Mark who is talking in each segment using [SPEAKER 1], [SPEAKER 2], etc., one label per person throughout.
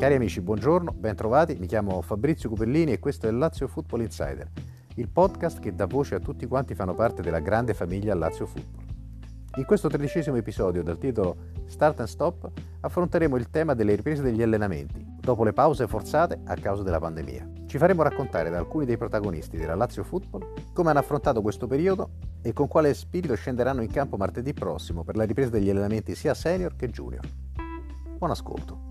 [SPEAKER 1] Cari amici, buongiorno, bentrovati, mi chiamo Fabrizio Cupellini e questo è Lazio Football Insider, il podcast che dà voce a tutti quanti fanno parte della grande famiglia Lazio Football. In questo 13° episodio dal titolo Start and Stop affronteremo il tema delle riprese degli allenamenti, dopo le pause forzate a causa della pandemia. Ci faremo raccontare da alcuni dei protagonisti della Lazio Football come hanno affrontato questo periodo e con quale spirito scenderanno in campo martedì prossimo per la ripresa degli allenamenti sia senior che junior. Buon ascolto.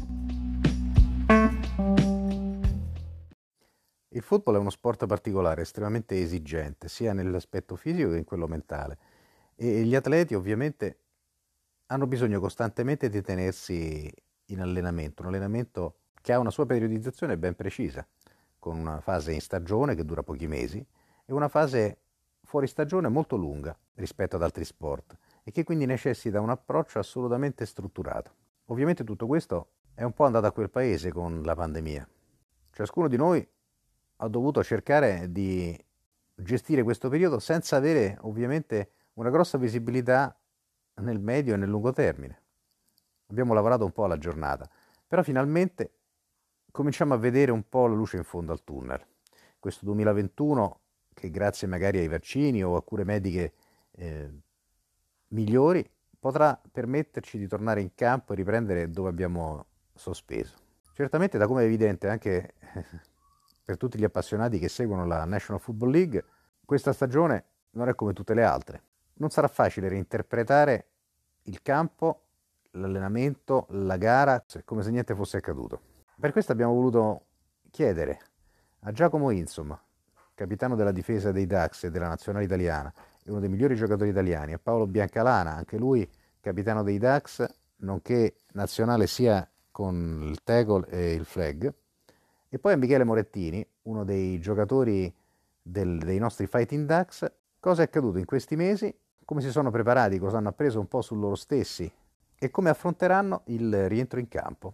[SPEAKER 1] Il football è uno sport particolare, estremamente esigente, sia nell'aspetto fisico che in quello mentale, e gli atleti ovviamente hanno bisogno costantemente di tenersi in allenamento, un allenamento che ha una sua periodizzazione ben precisa, con una fase in stagione che dura pochi mesi e una fase fuori stagione molto lunga rispetto ad altri sport e che quindi necessita un approccio assolutamente strutturato. Ovviamente tutto questo è un po' andato a quel paese con la pandemia. Ciascuno di noi ha dovuto cercare di gestire questo periodo senza avere ovviamente una grossa visibilità nel medio e nel lungo termine. Abbiamo lavorato un po' alla giornata, però finalmente cominciamo a vedere un po' la luce in fondo al tunnel. Questo 2021 che grazie magari ai vaccini o a cure mediche migliori potrà permetterci di tornare in campo e riprendere dove abbiamo sospeso. Certamente, da come è evidente anche per tutti gli appassionati che seguono la National Football League, questa stagione non è come tutte le altre. Non sarà facile reinterpretare il campo, l'allenamento, la gara, come se niente fosse accaduto. Per questo abbiamo voluto chiedere a Giacomo Insomma, capitano della difesa dei Dax e della nazionale italiana e uno dei migliori giocatori italiani, a Paolo Biancalana, anche lui capitano dei Dax, nonché nazionale sia con il tackle e il flag, e poi a Michele Morettini, uno dei giocatori dei nostri Fighting Ducks, cosa è accaduto in questi mesi, come si sono preparati, cosa hanno appreso un po' su loro stessi e come affronteranno il rientro in campo.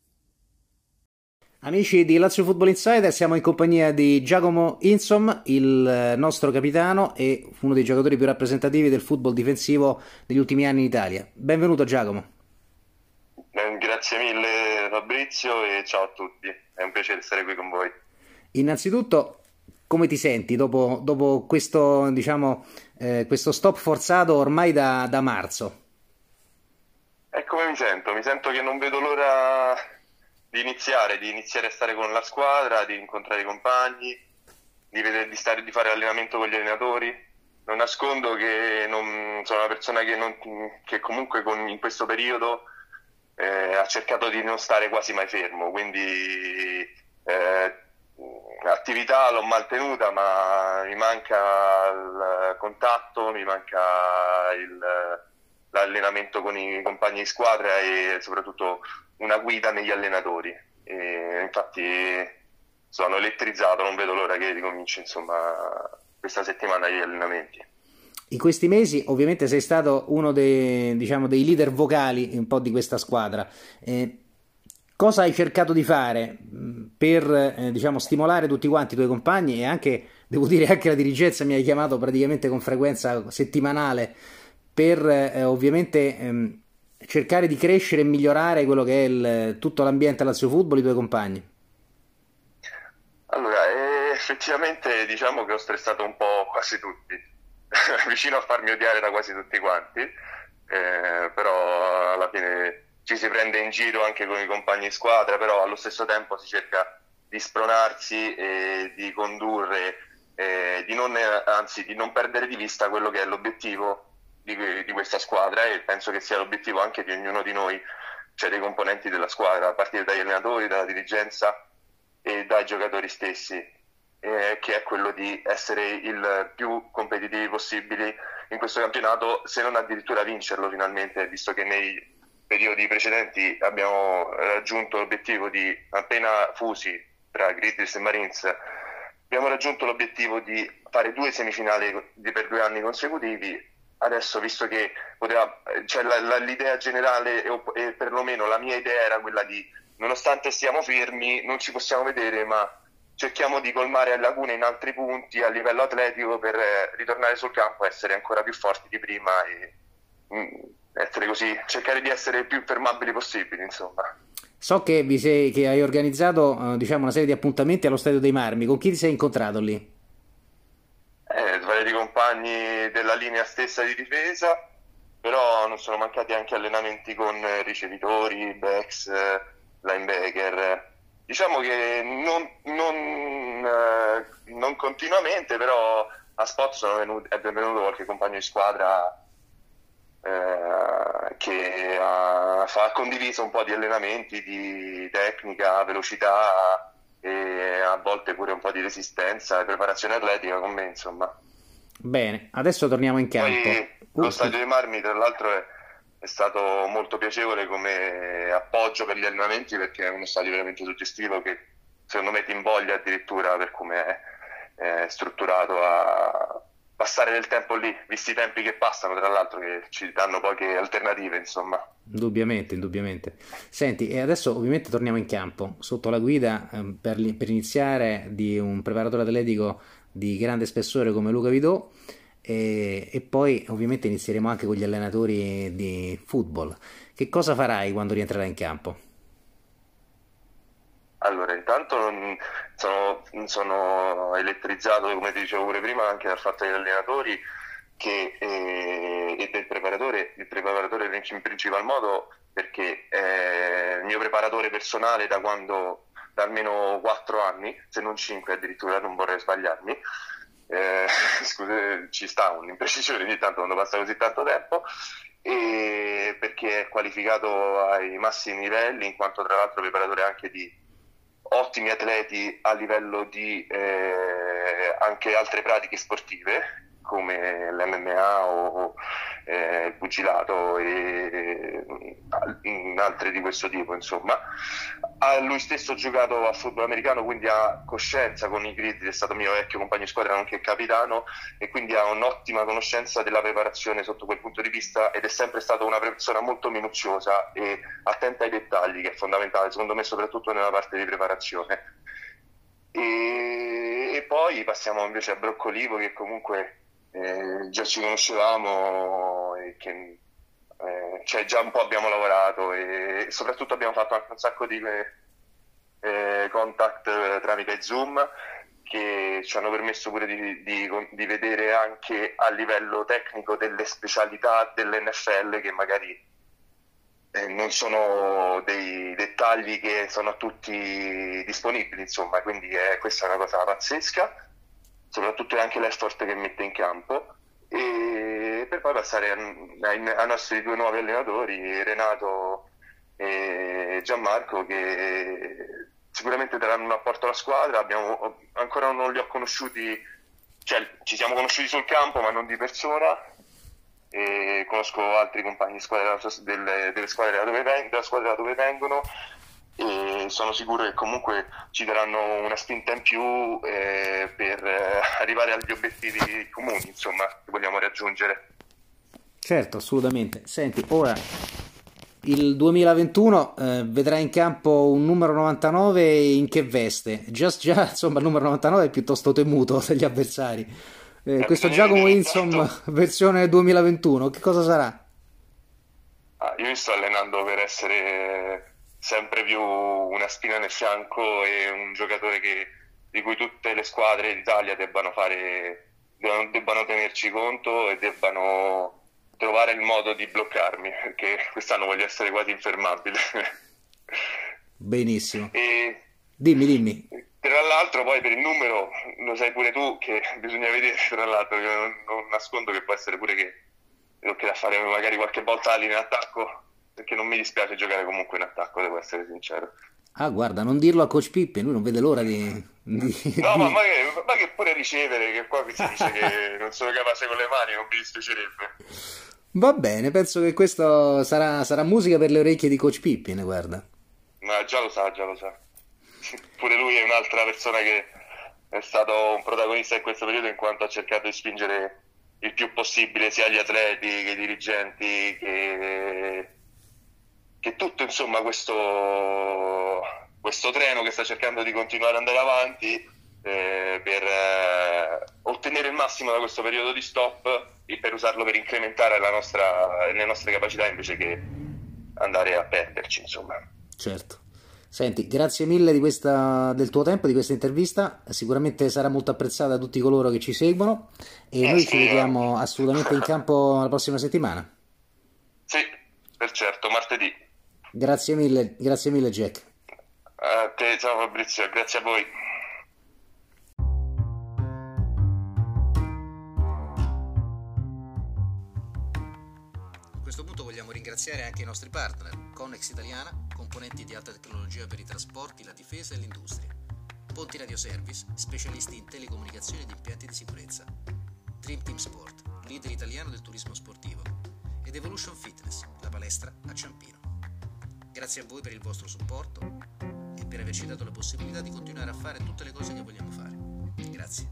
[SPEAKER 2] Amici di Lazio Football Insider, siamo in compagnia di Giacomo Insom, il nostro capitano e uno dei giocatori più rappresentativi del football difensivo degli ultimi anni in Italia. Benvenuto Giacomo.
[SPEAKER 3] Grazie mille Fabrizio e ciao a tutti, è un piacere stare qui con voi.
[SPEAKER 2] Innanzitutto, come ti senti dopo questo, questo stop forzato ormai da marzo?
[SPEAKER 3] E come mi sento? Mi sento che non vedo l'ora di iniziare a stare con la squadra, di incontrare i compagni, di fare allenamento con gli allenatori. Non nascondo che sono una persona che comunque in questo periodo ha cercato di non stare quasi mai fermo, quindi l'attività l'ho mantenuta, ma mi manca il contatto, mi manca l'allenamento con i compagni di squadra e soprattutto una guida negli allenatori. E infatti sono elettrizzato, non vedo l'ora che ricominci questa settimana gli allenamenti.
[SPEAKER 2] In questi mesi ovviamente sei stato uno dei leader vocali un po' di questa squadra. Cosa hai cercato di fare per stimolare tutti quanti i tuoi compagni e anche, devo dire, anche la dirigenza mi hai chiamato praticamente con frequenza settimanale per ovviamente cercare di crescere e migliorare quello che è tutto l'ambiente Lazio Football, i tuoi compagni?
[SPEAKER 3] Allora, effettivamente diciamo che ho stressato un po' quasi tutti. Vicino a farmi odiare da quasi tutti quanti, però alla fine ci si prende in giro anche con i compagni di squadra, però allo stesso tempo si cerca di spronarsi e di condurre, di non perdere di vista quello che è l'obiettivo di questa squadra, e penso che sia l'obiettivo anche di ognuno di noi, cioè dei componenti della squadra, a partire dagli allenatori, dalla dirigenza e dai giocatori stessi. Che è quello di essere il più competitivi possibili in questo campionato, se non addirittura vincerlo finalmente, visto che nei periodi precedenti abbiamo raggiunto l'obiettivo di, appena fusi tra Grizzlies e Marines, abbiamo raggiunto l'obiettivo di fare 2 semifinali per 2 anni consecutivi. Adesso, visto che l'idea generale e perlomeno la mia idea era quella di, nonostante stiamo fermi, non ci possiamo vedere, ma cerchiamo di colmare lacune in altri punti a livello atletico per ritornare sul campo, essere ancora più forti di prima e essere così, cercare di essere il più fermabili possibili, insomma.
[SPEAKER 2] So che, che hai organizzato diciamo una serie di appuntamenti allo Stadio dei Marmi. Con chi ti sei incontrato lì?
[SPEAKER 3] Vari compagni della linea stessa di difesa, però non sono mancati anche allenamenti con ricevitori, backs, linebacker. Diciamo che non continuamente, però a spot è venuto qualche compagno di squadra che ha condiviso un po' di allenamenti di tecnica, velocità e a volte pure un po' di resistenza e preparazione atletica con me, insomma.
[SPEAKER 2] Bene, adesso torniamo in campo.
[SPEAKER 3] Poi lo Stadio dei Marmi, tra l'altro, è stato molto piacevole come appoggio per gli allenamenti perché è uno stadio veramente suggestivo che secondo me ti invoglia addirittura per come è strutturato a passare del tempo lì, visti i tempi che passano, tra l'altro, che ci danno poche alternative, insomma.
[SPEAKER 2] Indubbiamente, indubbiamente. Senti, e adesso ovviamente torniamo in campo, sotto la guida, per iniziare, di un preparatore atletico di grande spessore come Luca Vidot e poi ovviamente inizieremo anche con gli allenatori di football. Che cosa farai quando rientrerai in campo?
[SPEAKER 3] Allora, intanto sono elettrizzato, come ti dicevo pure prima, anche dal fatto degli allenatori e del preparatore, il preparatore in principal modo perché è il mio preparatore personale da almeno 4 anni, se non 5 addirittura, non vorrei sbagliarmi. Scusa, ci sta un'imprecisione ogni tanto quando passa così tanto tempo, e perché è qualificato ai massimi livelli, in quanto tra l'altro preparatore anche di ottimi atleti a livello di anche altre pratiche sportive come l'MMA o il pugilato e altre di questo tipo, insomma. Lui stesso ha giocato a football americano, quindi ha coscienza con i Grizzlies, è stato mio vecchio compagno di squadra nonché capitano, e quindi ha un'ottima conoscenza della preparazione sotto quel punto di vista, ed è sempre stata una persona molto minuziosa e attenta ai dettagli, che è fondamentale secondo me, soprattutto nella parte di preparazione. E poi passiamo invece a Broccolivo, che comunque già ci conoscevamo e che cioè già un po' abbiamo lavorato e soprattutto abbiamo fatto anche un sacco di contact tramite Zoom, che ci hanno permesso pure di vedere anche a livello tecnico delle specialità dell'NFL che magari non sono dei dettagli che sono a tutti disponibili, insomma, quindi questa è una cosa pazzesca, soprattutto anche l'effort che mette in campo. E per poi passare ai nostri 2 nuovi allenatori, Renato e Gianmarco, che sicuramente daranno un apporto alla squadra. Ancora non li ho conosciuti, cioè ci siamo conosciuti sul campo ma non di persona, e conosco altri compagni di squadra delle squadre della squadra da dove vengono, e sono sicuro che comunque ci daranno una spinta in più per arrivare agli obiettivi comuni, insomma, che vogliamo raggiungere.
[SPEAKER 2] Certo, assolutamente. Senti, ora il 2021 vedrà in campo un numero 99 in che veste? Già, insomma, il numero 99 è piuttosto temuto dagli avversari. Questo Giacomo Wilson versione 2021, che cosa sarà?
[SPEAKER 3] Io mi sto allenando per essere sempre più una spina nel fianco e un giocatore di cui tutte le squadre d'Italia debbano tenerci conto e debbano trovare il modo di bloccarmi, perché quest'anno voglio essere quasi infermabile.
[SPEAKER 2] Benissimo.
[SPEAKER 3] E
[SPEAKER 2] dimmi.
[SPEAKER 3] Tra l'altro poi per il numero, lo sai pure tu, che bisogna vedere, tra l'altro, io non nascondo che può essere pure che toccherà a fare magari qualche volta la linea d'attacco, perché non mi dispiace giocare comunque in attacco, devo essere sincero.
[SPEAKER 2] Ah, guarda, non dirlo a Coach Pippi, lui non vede l'ora di...
[SPEAKER 3] No, ma che pure ricevere, che qua si dice che non sono capace con le mani, non mi dispiacerebbe.
[SPEAKER 2] Va bene, penso che questo sarà musica per le orecchie di Coach Pippi, ne guarda.
[SPEAKER 3] Ma già lo sa. Pure lui è un'altra persona che è stato un protagonista in questo periodo, in quanto ha cercato di spingere il più possibile sia gli atleti che i dirigenti che tutto, insomma, questo treno che sta cercando di continuare ad andare avanti per ottenere il massimo da questo periodo di stop e per usarlo per incrementare le nostre capacità invece che andare a perderci, insomma.
[SPEAKER 2] Certo. Senti, grazie mille del tuo tempo, di questa intervista, sicuramente sarà molto apprezzata da tutti coloro che ci seguono e noi ci
[SPEAKER 3] Sì,
[SPEAKER 2] vediamo assolutamente in campo la prossima settimana.
[SPEAKER 3] sì, per certo, martedì.
[SPEAKER 2] Grazie mille Jack.
[SPEAKER 3] A te, ciao Fabrizio, grazie a voi.
[SPEAKER 2] A questo punto vogliamo ringraziare anche i nostri partner, Connex Italiana, componenti di alta tecnologia per i trasporti, la difesa e l'industria. Ponti Radio Service, specialisti in telecomunicazioni ed impianti di sicurezza. Dream Team Sport, leader italiano del turismo sportivo. Ed Evolution Fitness, la palestra a Ciampino. Grazie a voi per il vostro supporto e per averci dato la possibilità di continuare a fare tutte le cose che vogliamo fare. Grazie.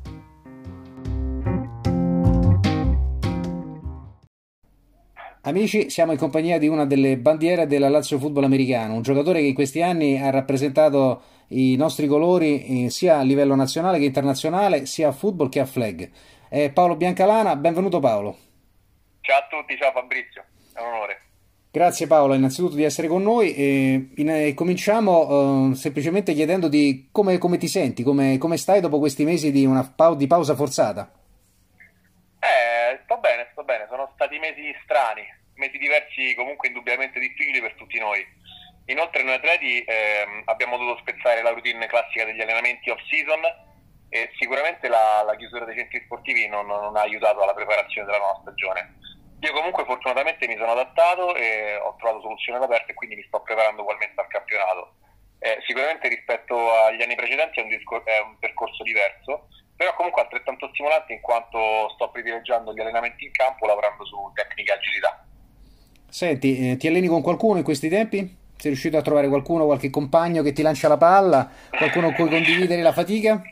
[SPEAKER 2] Amici, siamo in compagnia di una delle bandiere della Lazio Football americano, un giocatore che in questi anni ha rappresentato i nostri colori sia a livello nazionale che internazionale, sia a football che a flag. È Paolo Biancalana, benvenuto Paolo.
[SPEAKER 4] Ciao a tutti, ciao Fabrizio, è un onore.
[SPEAKER 2] Grazie Paolo innanzitutto di essere con noi e cominciamo semplicemente chiedendoti come ti senti, come stai dopo questi mesi di di pausa forzata.
[SPEAKER 4] Sto bene, sono stati mesi strani, mesi diversi comunque indubbiamente difficili per tutti noi. Inoltre noi atleti abbiamo dovuto spezzare la routine classica degli allenamenti off-season e sicuramente la chiusura dei centri sportivi non ha aiutato alla preparazione della nuova stagione. Io comunque fortunatamente mi sono adattato e ho trovato soluzioni aperte e quindi mi sto preparando ugualmente al campionato. Sicuramente rispetto agli anni precedenti è un percorso diverso, però comunque altrettanto stimolante in quanto sto privilegiando gli allenamenti in campo lavorando su tecnica e agilità.
[SPEAKER 2] Senti, ti alleni con qualcuno in questi tempi? Sei riuscito a trovare qualcuno, qualche compagno che ti lancia la palla, qualcuno con cui condividere la fatica?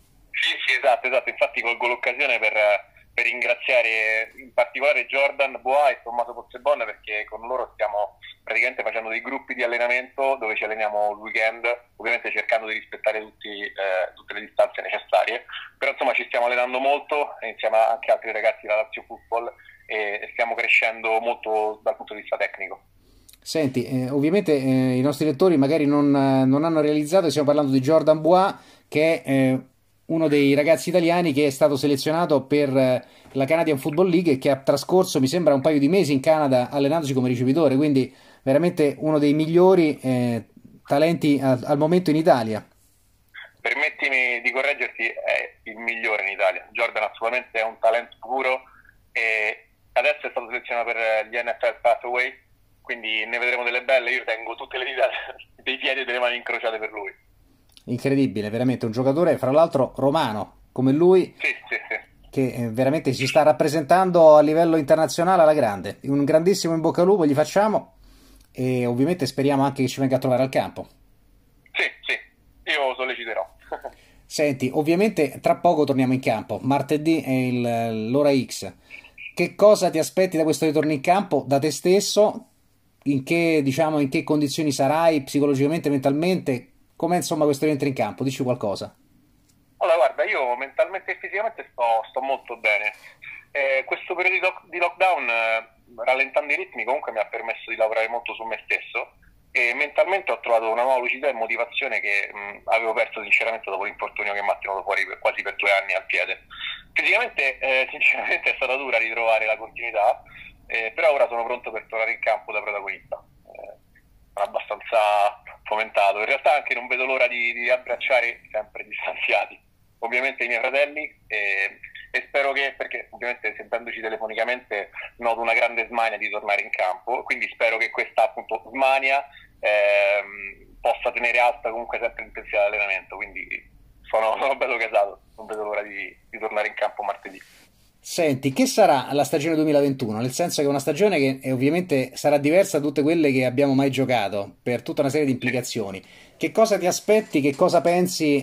[SPEAKER 4] Sì, esatto, infatti colgo l'occasione per ringraziare in particolare Jordan Bois e Tommaso Pozzebon perché con loro stiamo praticamente facendo dei gruppi di allenamento dove ci alleniamo il weekend, ovviamente cercando di rispettare tutte le distanze necessarie, però insomma ci stiamo allenando molto insieme anche a altri ragazzi della Lazio Football e stiamo crescendo molto dal punto di vista tecnico.
[SPEAKER 2] Senti, ovviamente i nostri lettori magari non hanno realizzato, stiamo parlando di Jordan Bois che è uno dei ragazzi italiani che è stato selezionato per la Canadian Football League e che ha trascorso, mi sembra, un paio di mesi in Canada allenandosi come ricevitore, quindi veramente uno dei migliori talenti al momento in Italia.
[SPEAKER 4] Permettimi di correggerti, è il migliore in Italia. Jordan assolutamente è un talento puro e adesso è stato selezionato per gli NFL Pathway, quindi ne vedremo delle belle. Io tengo tutte le dita dei piedi e delle mani incrociate per lui.
[SPEAKER 2] Incredibile, veramente un giocatore, fra l'altro romano, come lui,
[SPEAKER 4] Sì.
[SPEAKER 2] che veramente si sta rappresentando a livello internazionale alla grande. Un grandissimo in bocca al lupo gli facciamo e ovviamente speriamo anche che ci venga a trovare al campo.
[SPEAKER 4] Sì, io solleciterò.
[SPEAKER 2] Senti, ovviamente tra poco torniamo in campo, martedì è l'ora X. Che cosa ti aspetti da questo ritorno in campo, da te stesso? In che condizioni sarai psicologicamente, mentalmente? Com'è insomma questo rientro in campo? Dici qualcosa.
[SPEAKER 4] Allora, guarda, io mentalmente e fisicamente sto molto bene. Questo periodo di lockdown, rallentando i ritmi, comunque mi ha permesso di lavorare molto su me stesso e mentalmente ho trovato una nuova lucidità e motivazione che avevo perso sinceramente dopo l'infortunio che mi ha tenuto fuori quasi per 2 anni al piede. Fisicamente, sinceramente, è stata dura ritrovare la continuità, però ora sono pronto per tornare in campo da protagonista. Sono abbastanza fomentato. In realtà anche non vedo l'ora di abbracciare sempre distanziati ovviamente i miei fratelli e spero che, perché ovviamente sentendoci telefonicamente noto una grande smania di tornare in campo, quindi spero che questa appunto smania possa tenere alta comunque sempre l'intensità dell'allenamento, quindi sono bello casato, non vedo l'ora di tornare in campo martedì.
[SPEAKER 2] Senti, che sarà la stagione 2021? Nel senso che è una stagione che ovviamente sarà diversa da tutte quelle che abbiamo mai giocato, per tutta una serie di implicazioni. Che cosa ti aspetti, che cosa pensi,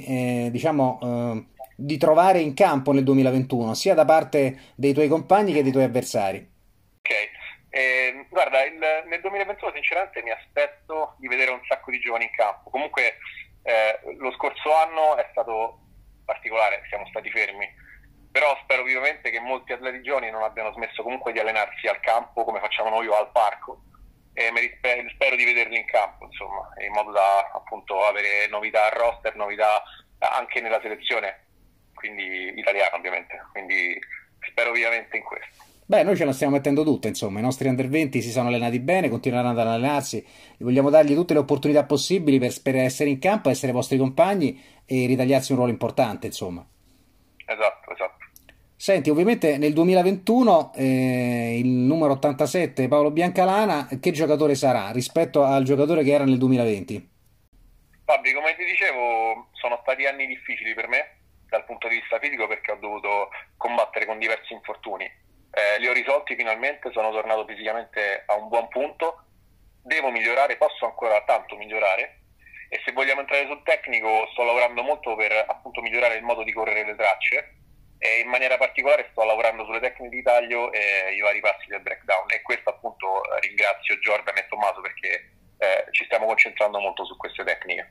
[SPEAKER 2] di trovare in campo nel 2021, sia da parte dei tuoi compagni che dei tuoi avversari?
[SPEAKER 4] Ok, guarda, nel 2021 sinceramente mi aspetto di vedere un sacco di giovani in campo. Comunque lo scorso anno è stato particolare, siamo stati fermi. Però spero vivamente che molti atleti giovani non abbiano smesso comunque di allenarsi al campo come facciamo noi o al parco e spero di vederli in campo, insomma, in modo da appunto avere novità al roster, novità anche nella selezione, quindi italiana ovviamente, quindi spero vivamente in questo.
[SPEAKER 2] Beh, noi ce la stiamo mettendo tutta, insomma, i nostri under 20 si sono allenati bene, continueranno ad allenarsi, vogliamo dargli tutte le opportunità possibili per essere in campo, essere vostri compagni e ritagliarsi un ruolo importante, insomma.
[SPEAKER 4] Esatto, esatto.
[SPEAKER 2] Senti, ovviamente nel 2021 il numero 87 Paolo Biancalana, che giocatore sarà rispetto al giocatore che era nel 2020?
[SPEAKER 4] Fabri, come ti dicevo, sono stati anni difficili per me dal punto di vista fisico perché ho dovuto combattere con diversi infortuni. Li ho risolti finalmente, sono tornato fisicamente a un buon punto, devo migliorare, posso ancora tanto migliorare e se vogliamo entrare sul tecnico sto lavorando molto per appunto migliorare il modo di correre le tracce e in maniera particolare sto lavorando sulle tecniche di taglio e i vari passi del breakdown e questo appunto ringrazio Jordan e Tommaso perché ci stiamo concentrando molto su queste tecniche.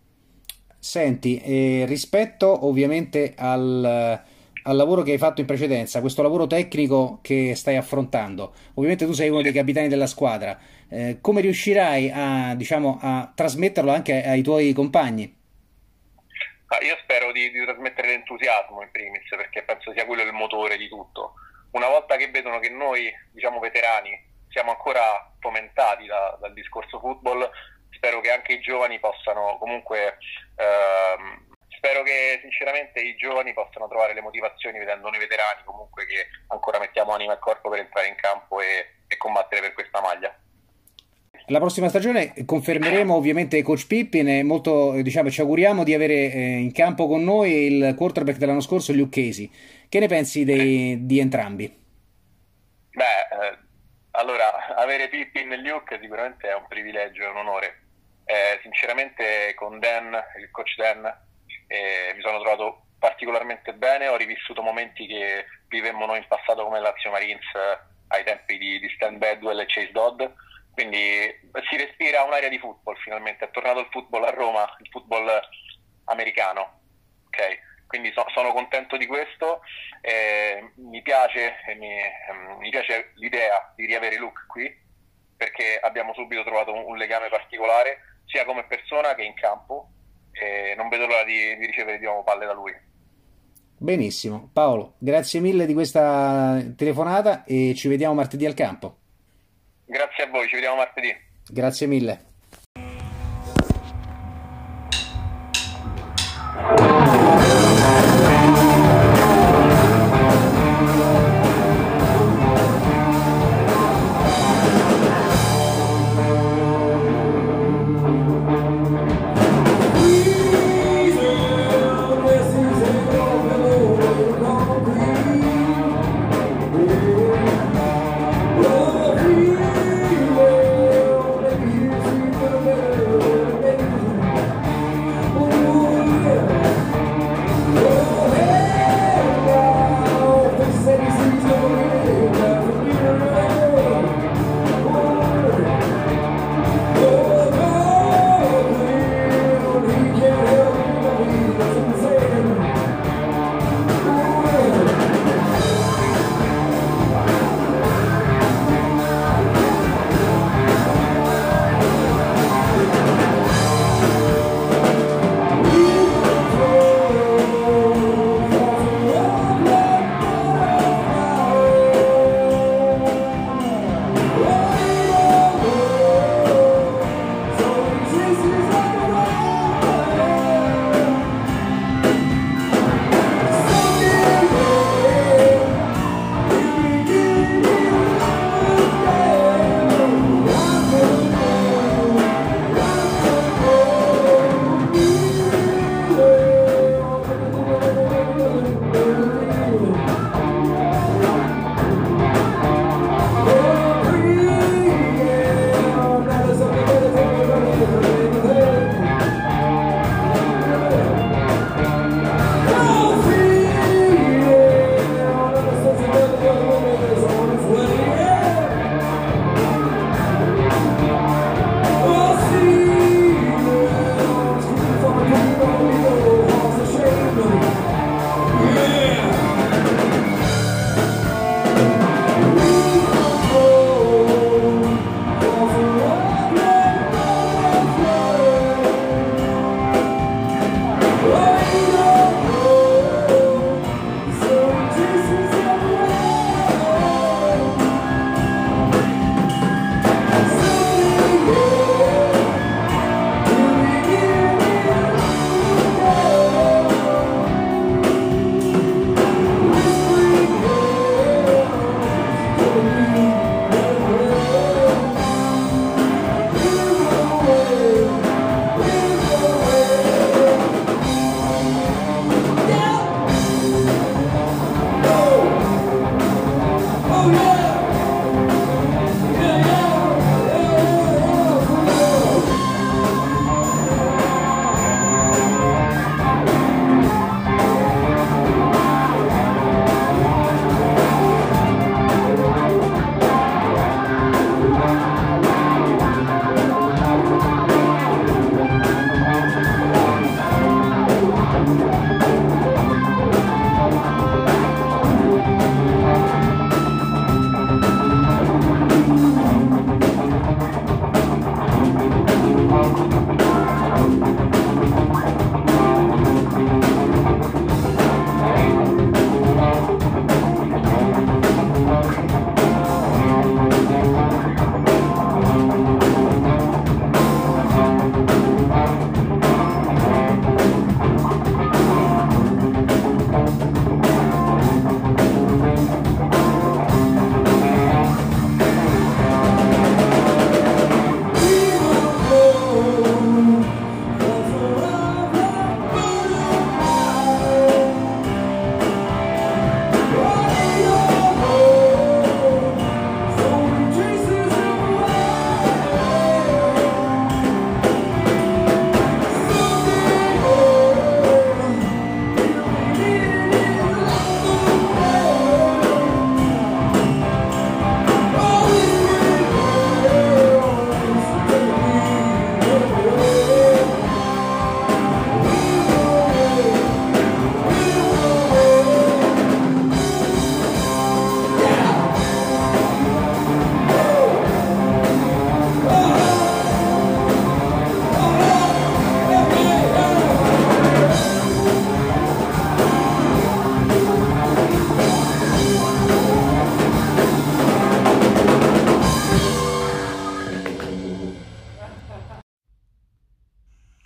[SPEAKER 2] Senti, rispetto ovviamente al lavoro che hai fatto in precedenza, questo lavoro tecnico che stai affrontando, ovviamente tu sei uno dei capitani della squadra, come riuscirai a, diciamo, a trasmetterlo anche ai tuoi compagni?
[SPEAKER 4] Io spero di trasmettere l'entusiasmo in primis, perché penso sia quello il motore di tutto. Una volta che vedono che noi, diciamo veterani, siamo ancora fomentati dal discorso football, spero che anche i giovani possano comunque... spero che sinceramente i giovani possano trovare le motivazioni vedendo noi veterani comunque che ancora mettiamo anima e corpo per entrare in campo e combattere per questa maglia.
[SPEAKER 2] La prossima stagione confermeremo ovviamente Coach Pippin e molto, diciamo, ci auguriamo di avere in campo con noi il quarterback dell'anno scorso, Luke Casey. Che ne pensi di entrambi?
[SPEAKER 4] Beh, allora avere Pippin e Luke sicuramente è un privilegio e un onore. Sinceramente con Dan, il coach Dan, mi sono trovato particolarmente bene, ho rivissuto momenti che vivemmo noi in passato come Lazio Marines ai tempi di Stan Bedwell e Chase Dodd, quindi si respira un'area di football finalmente, è tornato il football a Roma, il football americano, ok? Quindi sono contento di questo, mi piace l'idea di riavere Luke qui, perché abbiamo subito trovato un legame particolare, sia come persona che in campo, e non vedo l'ora di ricevere di nuovo palle da lui.
[SPEAKER 2] Benissimo, Paolo, grazie mille di questa telefonata e ci vediamo martedì al campo.
[SPEAKER 4] Grazie a voi, ci vediamo martedì.
[SPEAKER 2] Grazie mille.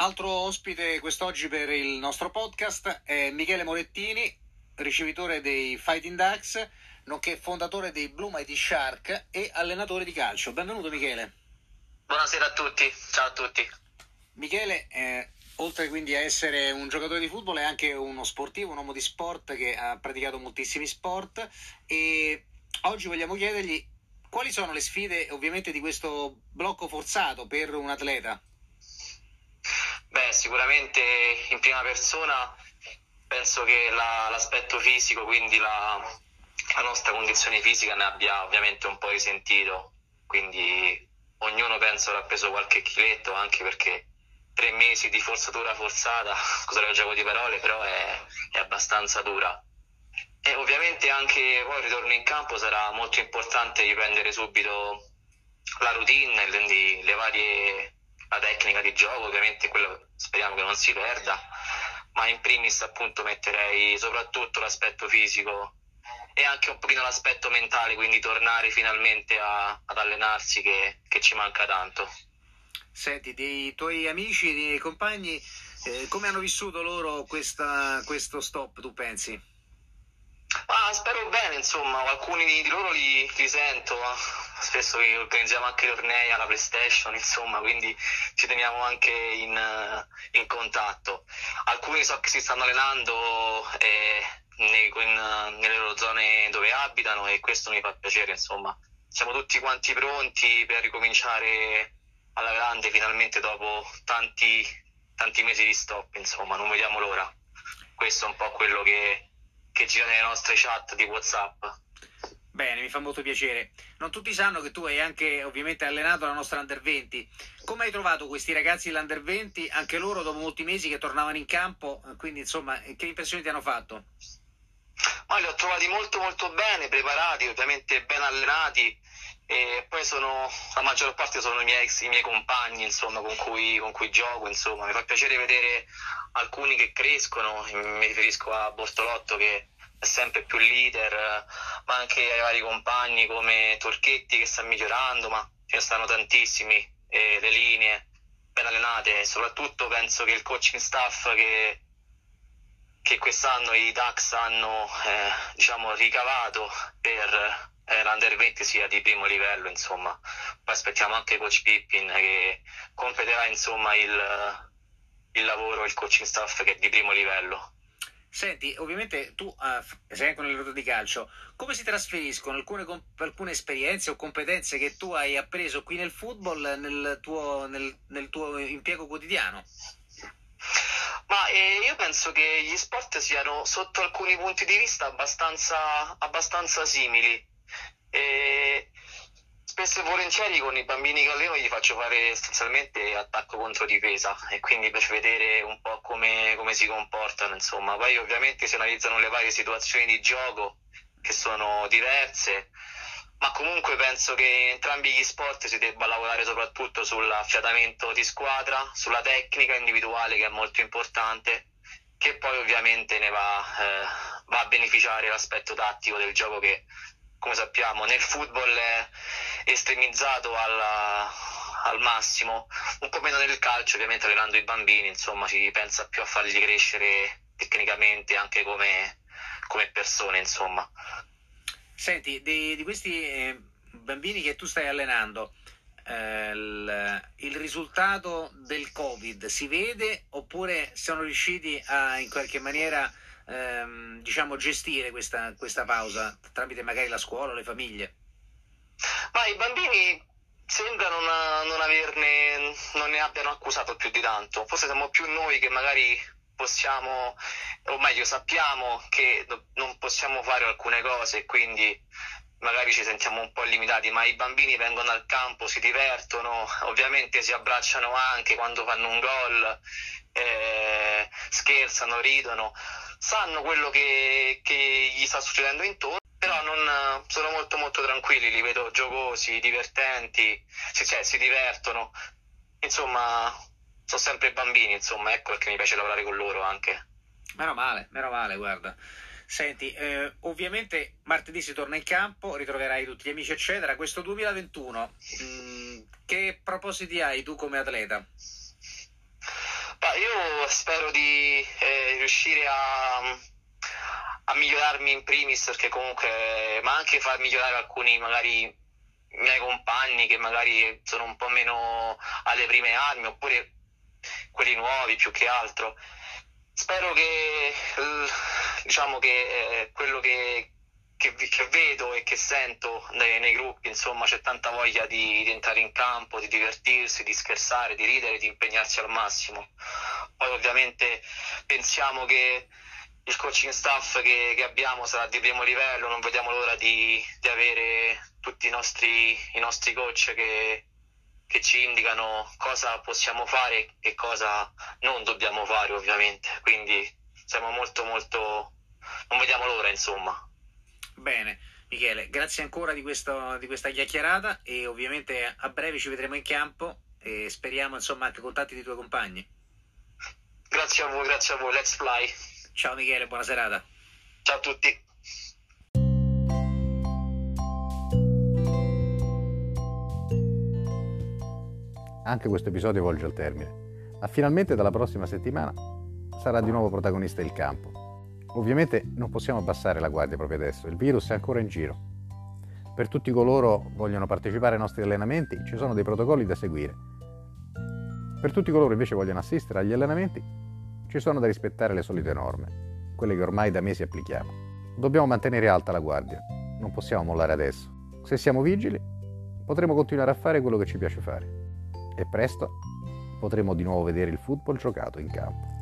[SPEAKER 2] Altro ospite quest'oggi per il nostro podcast è Michele Morettini, ricevitore dei Fighting Ducks, nonché fondatore dei Blue Mighty Shark e allenatore di calcio. Benvenuto Michele.
[SPEAKER 5] Buonasera a tutti, ciao a tutti.
[SPEAKER 2] Michele, oltre quindi a essere un giocatore di football, è anche uno sportivo, un uomo di sport che ha praticato moltissimi sport, e oggi vogliamo chiedergli quali sono le sfide ovviamente di questo blocco forzato per un atleta.
[SPEAKER 5] Beh, sicuramente in prima persona penso che l'aspetto fisico, quindi la nostra condizione fisica ne abbia ovviamente un po' risentito, quindi ognuno penso avrà preso qualche chiletto, anche perché 3 mesi di forzatura forzata, scusate il gioco di parole, però è abbastanza dura. E ovviamente anche poi il ritorno in campo sarà molto importante riprendere subito la routine, quindi la tecnica di gioco, ovviamente quello speriamo che non si perda, ma in primis appunto metterei soprattutto l'aspetto fisico e anche un pochino l'aspetto mentale, quindi tornare finalmente ad allenarsi che ci manca tanto.
[SPEAKER 2] Senti, dei tuoi amici, dei compagni, come hanno vissuto loro questo stop, tu pensi?
[SPEAKER 5] Spero bene, insomma, alcuni di loro li sento, spesso organizziamo anche tornei alla PlayStation, insomma, quindi ci teniamo anche in contatto. Alcuni so che si stanno allenando nelle loro zone dove abitano, e questo mi fa piacere, insomma. Siamo tutti quanti pronti per ricominciare alla grande finalmente dopo tanti mesi di stop, insomma, non vediamo l'ora. Questo è un po' quello che gira nelle nostre chat di WhatsApp.
[SPEAKER 2] Bene, mi fa molto piacere. Non tutti sanno che tu hai anche ovviamente allenato la nostra Under 20. Come hai trovato questi ragazzi dell'Under 20, anche loro dopo molti mesi che tornavano in campo? Quindi insomma, che impressioni ti hanno fatto?
[SPEAKER 5] Ma li ho trovati molto molto bene, preparati, ovviamente ben allenati, e poi la maggior parte sono i miei compagni, insomma, con cui gioco, insomma. Mi fa piacere vedere alcuni che crescono, mi riferisco a Bortolotto che è sempre più leader, ma anche ai vari compagni come Torchetti che sta migliorando, ma ce ne stanno tantissimi, e le linee ben allenate, e soprattutto penso che il coaching staff che quest'anno i Ducks hanno ricavato per l'Under 20 sia di primo livello, insomma. Poi aspettiamo anche coach Pippin che completerà, insomma, il lavoro, il coaching staff che è di primo livello.
[SPEAKER 2] Senti, ovviamente tu sei anche un allenatore di calcio, come si trasferiscono alcune esperienze o competenze che tu hai appreso qui nel football nel tuo impiego quotidiano?
[SPEAKER 5] Ma io penso che gli sport siano sotto alcuni punti di vista abbastanza simili. Spesso e volentieri con i bambini che alleno gli faccio fare essenzialmente attacco contro difesa, e quindi per vedere un po' come si comportano, insomma. Poi ovviamente si analizzano le varie situazioni di gioco che sono diverse, ma comunque penso che in entrambi gli sport si debba lavorare soprattutto sull'affiatamento di squadra, sulla tecnica individuale che è molto importante, che poi ovviamente ne va a beneficiare l'aspetto tattico del gioco che, come sappiamo, nel football è estremizzato al massimo, un po' meno nel calcio, ovviamente allenando i bambini, insomma, si pensa più a farli crescere tecnicamente anche come persone, insomma.
[SPEAKER 2] Senti, di questi bambini che tu stai allenando, il risultato del Covid si vede, oppure sono riusciti a in qualche maniera gestire questa pausa tramite magari la scuola o le famiglie?
[SPEAKER 5] Ma i bambini sembra non ne abbiano accusato più di tanto. Forse siamo più noi che magari possiamo, o meglio sappiamo che non possiamo fare alcune cose, quindi magari ci sentiamo un po' limitati, ma i bambini vengono al campo, si divertono, ovviamente si abbracciano anche quando fanno un gol, scherzano, ridono, sanno quello che gli sta succedendo intorno, però sono molto molto tranquilli, li vedo giocosi, divertenti, si divertono, insomma sono sempre bambini, insomma, ecco perché mi piace lavorare con loro anche.
[SPEAKER 2] Meno male, guarda. Senti, ovviamente martedì si torna in campo, ritroverai tutti gli amici eccetera. Questo 2021 che propositi hai tu come atleta?
[SPEAKER 5] Ma io spero di riuscire a migliorarmi in primis, perché comunque, ma anche far migliorare alcuni magari miei compagni che magari sono un po' meno alle prime armi, oppure quelli nuovi più che altro. Spero che diciamo che quello che vedo e che sento nei gruppi, insomma, c'è tanta voglia di entrare in campo, di divertirsi, di scherzare, di ridere, di impegnarsi al massimo. Poi ovviamente pensiamo che il coaching staff che abbiamo sarà di primo livello, non vediamo l'ora di avere tutti i nostri coach che ci indicano cosa possiamo fare e cosa non dobbiamo fare, ovviamente. Quindi siamo molto non vediamo l'ora, insomma.
[SPEAKER 2] Bene, Michele, grazie ancora di questa chiacchierata, e ovviamente a breve ci vedremo in campo e speriamo, insomma, anche contatti dei tuoi compagni.
[SPEAKER 5] Grazie a voi, let's fly.
[SPEAKER 2] Ciao Michele, buona serata.
[SPEAKER 5] Ciao a tutti.
[SPEAKER 1] Anche questo episodio volge al termine, ma finalmente dalla prossima settimana sarà di nuovo protagonista il campo. Ovviamente non possiamo abbassare la guardia proprio adesso, il virus è ancora in giro. Per tutti coloro che vogliono partecipare ai nostri allenamenti ci sono dei protocolli da seguire. Per tutti coloro che invece vogliono assistere agli allenamenti ci sono da rispettare le solite norme, quelle che ormai da mesi applichiamo. Dobbiamo mantenere alta la guardia, non possiamo mollare adesso. Se siamo vigili potremo continuare a fare quello che ci piace fare e presto potremo di nuovo vedere il football giocato in campo.